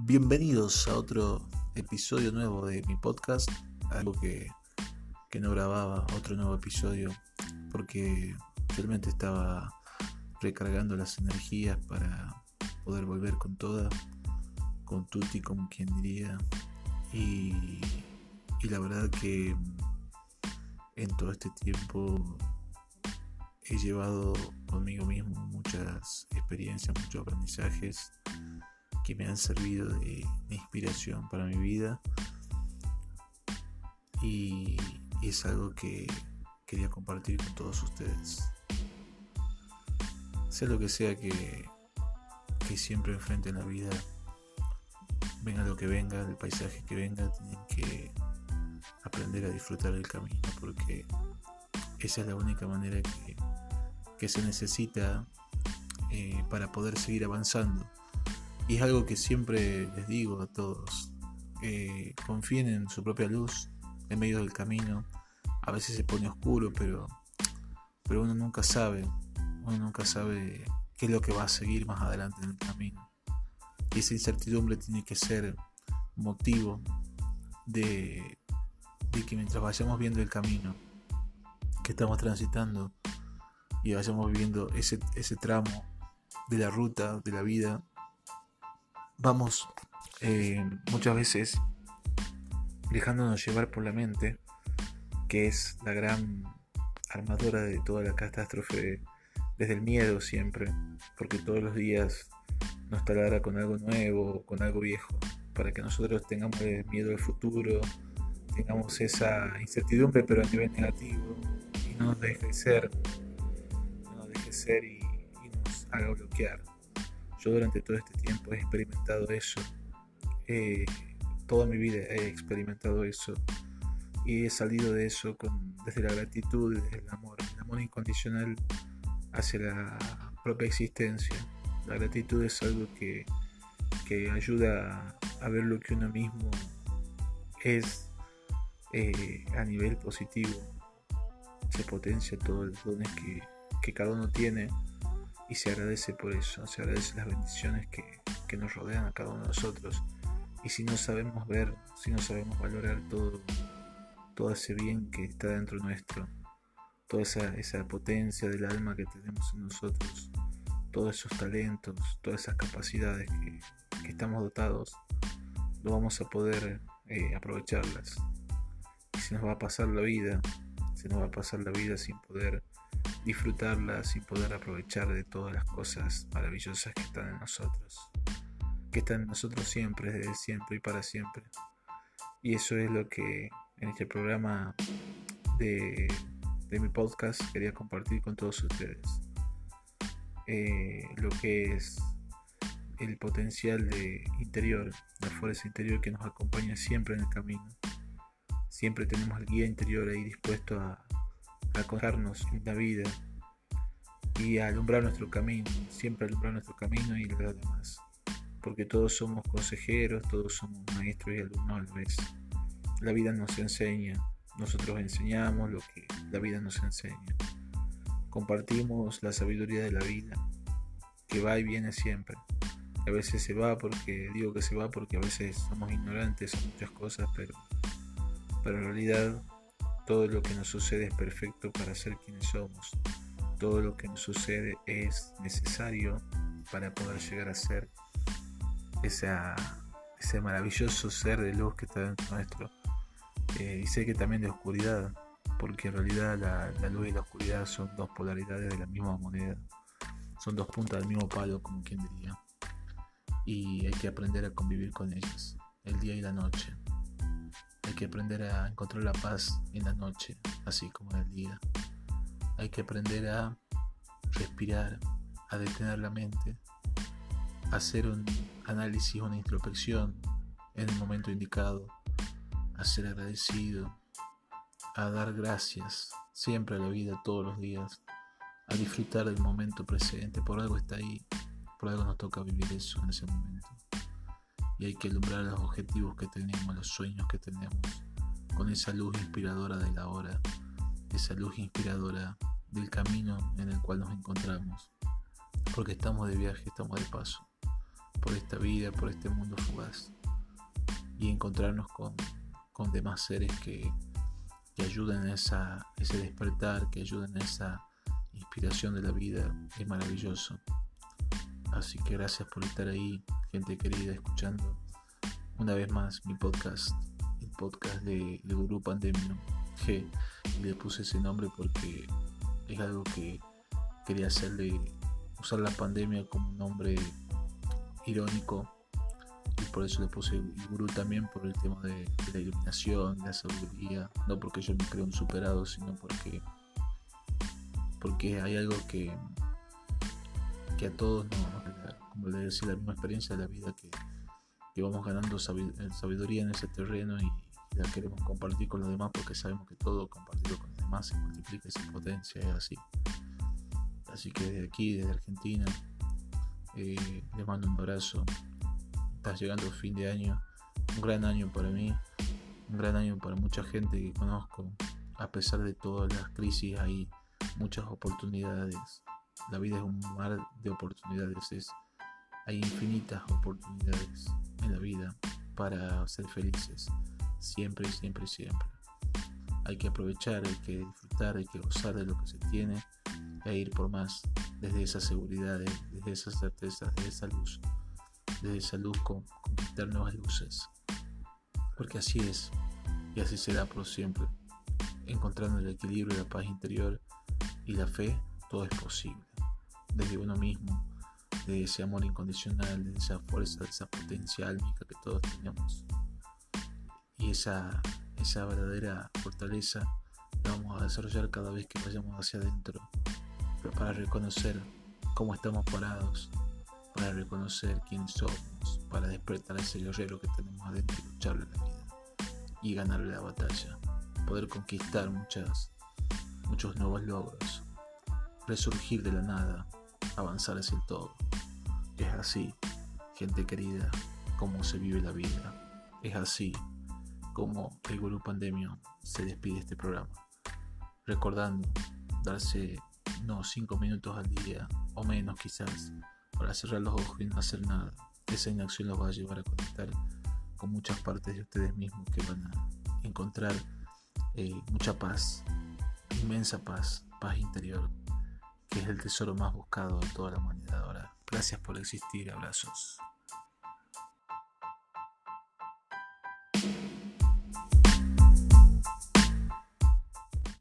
Bienvenidos a otro episodio nuevo de mi podcast, algo que no grababa, otro nuevo episodio, porque realmente estaba recargando las energías para poder volver con toda, con tutti, como quien diría, y la verdad que en todo este tiempo he llevado conmigo mismo muchas experiencias, muchos aprendizajes que me han servido de inspiración para mi vida y es algo que quería compartir con todos ustedes. Sea lo que sea que siempre enfrenten la vida, venga lo que venga, el paisaje que venga, tienen que aprender a disfrutar del camino, porque esa es la única manera que se necesita para poder seguir avanzando. Y es algo que siempre les digo a todos, confíen en su propia luz en medio del camino. A veces se pone oscuro, pero uno nunca sabe qué es lo que va a seguir más adelante en el camino. Y esa incertidumbre tiene que ser motivo de que mientras vayamos viendo el camino que estamos transitando y vayamos viendo ese tramo de la ruta de la vida, vamos muchas veces dejándonos llevar por la mente, que es la gran armadora de toda la catástrofe, desde el miedo siempre, porque todos los días nos taladra con algo nuevo, con algo viejo, para que nosotros tengamos miedo al futuro, tengamos esa incertidumbre pero a nivel negativo, y no nos deje ser y nos haga bloquear. Yo durante todo este tiempo he experimentado eso, toda mi vida he experimentado eso y he salido de eso desde la gratitud, desde el amor incondicional hacia la propia existencia. La gratitud es algo que ayuda a ver lo que uno mismo es a nivel positivo. Se potencia todos los dones que cada uno tiene y se agradece por eso, se agradece las bendiciones que nos rodean a cada uno de nosotros. Y si no sabemos ver, si no sabemos valorar todo ese bien que está dentro nuestro, toda esa potencia del alma que tenemos en nosotros, todos esos talentos, todas esas capacidades que estamos dotados, no vamos a poder aprovecharlas. Y se nos va a pasar la vida sin poder disfrutarla, sin poder aprovechar de todas las cosas maravillosas que están en nosotros siempre, desde siempre y para siempre. Y eso es lo que en este programa de mi podcast quería compartir con todos ustedes, lo que es el potencial interior, la fuerza interior que nos acompaña siempre en el camino. Siempre tenemos el guía interior ahí dispuesto a acogernos en la vida y a alumbrar nuestro camino, siempre alumbrar nuestro camino y los demás, porque todos somos consejeros, todos somos maestros y alumnos a la vez. La vida nos enseña, nosotros enseñamos lo que la vida nos enseña, compartimos la sabiduría de la vida, que va y viene siempre. A veces se va porque a veces somos ignorantes en muchas cosas, pero en realidad todo lo que nos sucede es perfecto para ser quienes somos. Todo lo que nos sucede es necesario para poder llegar a ser ese maravilloso ser de luz que está dentro nuestro. Y sé que también de oscuridad, porque en realidad la luz y la oscuridad son dos polaridades de la misma moneda. Son dos puntas del mismo palo, como quien diría. Y hay que aprender a convivir con ellas, el día y la noche. Hay que aprender a encontrar la paz en la noche, así como en el día. Hay que aprender a respirar, a detener la mente, a hacer un análisis, una introspección en el momento indicado, a ser agradecido, a dar gracias siempre a la vida, todos los días, a disfrutar del momento presente. Por algo está ahí, por algo nos toca vivir eso en ese momento. Y hay que alumbrar los objetivos que tenemos, los sueños que tenemos, con esa luz inspiradora de la hora, esa luz inspiradora del camino en el cual nos encontramos, porque estamos de viaje, estamos de paso. por esta vida, por este mundo fugaz, y encontrarnos con demás seres que ayuden a ese despertar, que ayuden a esa inspiración de la vida. Es maravilloso. Así que gracias por estar ahí, gente querida, escuchando una vez más mi podcast, el podcast de Gurú Pandemio. Que le puse ese nombre porque es algo que quería usar la pandemia como un nombre irónico, y por eso le puse el gurú también, por el tema de la iluminación, de la sabiduría, no porque yo me creo un superado, sino porque hay algo que a todos como le decía, la misma experiencia de la vida, que vamos ganando sabiduría en ese terreno, y la queremos compartir con los demás, porque sabemos que todo compartido con los demás se multiplica y se potencia, es así que desde aquí, desde Argentina, les mando un abrazo. Está llegando el fin de año, un gran año para mí, un gran año para mucha gente que conozco. A pesar de todas las crisis, hay muchas oportunidades. La vida es un mar de oportunidades, hay infinitas oportunidades en la vida para ser felices, siempre, siempre, siempre. Hay que aprovechar, hay que disfrutar, hay que gozar de lo que se tiene e ir por más, desde esa seguridad, desde esa certeza, desde esa luz conquistar nuevas luces, porque así es, y así será por siempre. Encontrando el equilibrio, la paz interior y la fe, todo es posible, desde uno mismo, de ese amor incondicional, de esa fuerza, de esa potencia álmica que todos tenemos, y esa verdadera fortaleza la vamos a desarrollar cada vez que vayamos hacia adentro, pero para reconocer cómo estamos parados, para reconocer quiénes somos, para despertar a ese guerrero que tenemos adentro y lucharle la vida y ganarle la batalla, poder conquistar muchos nuevos logros, resurgir de la nada, avanzar hacia el todo. Es así, gente querida, como se vive la vida. Es así como el Gurú Pandemio se despide de este programa, recordando darse unos 5 minutos al día o menos quizás, para cerrar los ojos y no hacer nada. Esa inacción los va a llevar a conectar con muchas partes de ustedes mismos, que van a encontrar mucha paz, inmensa paz interior, que es el tesoro más buscado de toda la humanidad ahora. Gracias por existir, abrazos.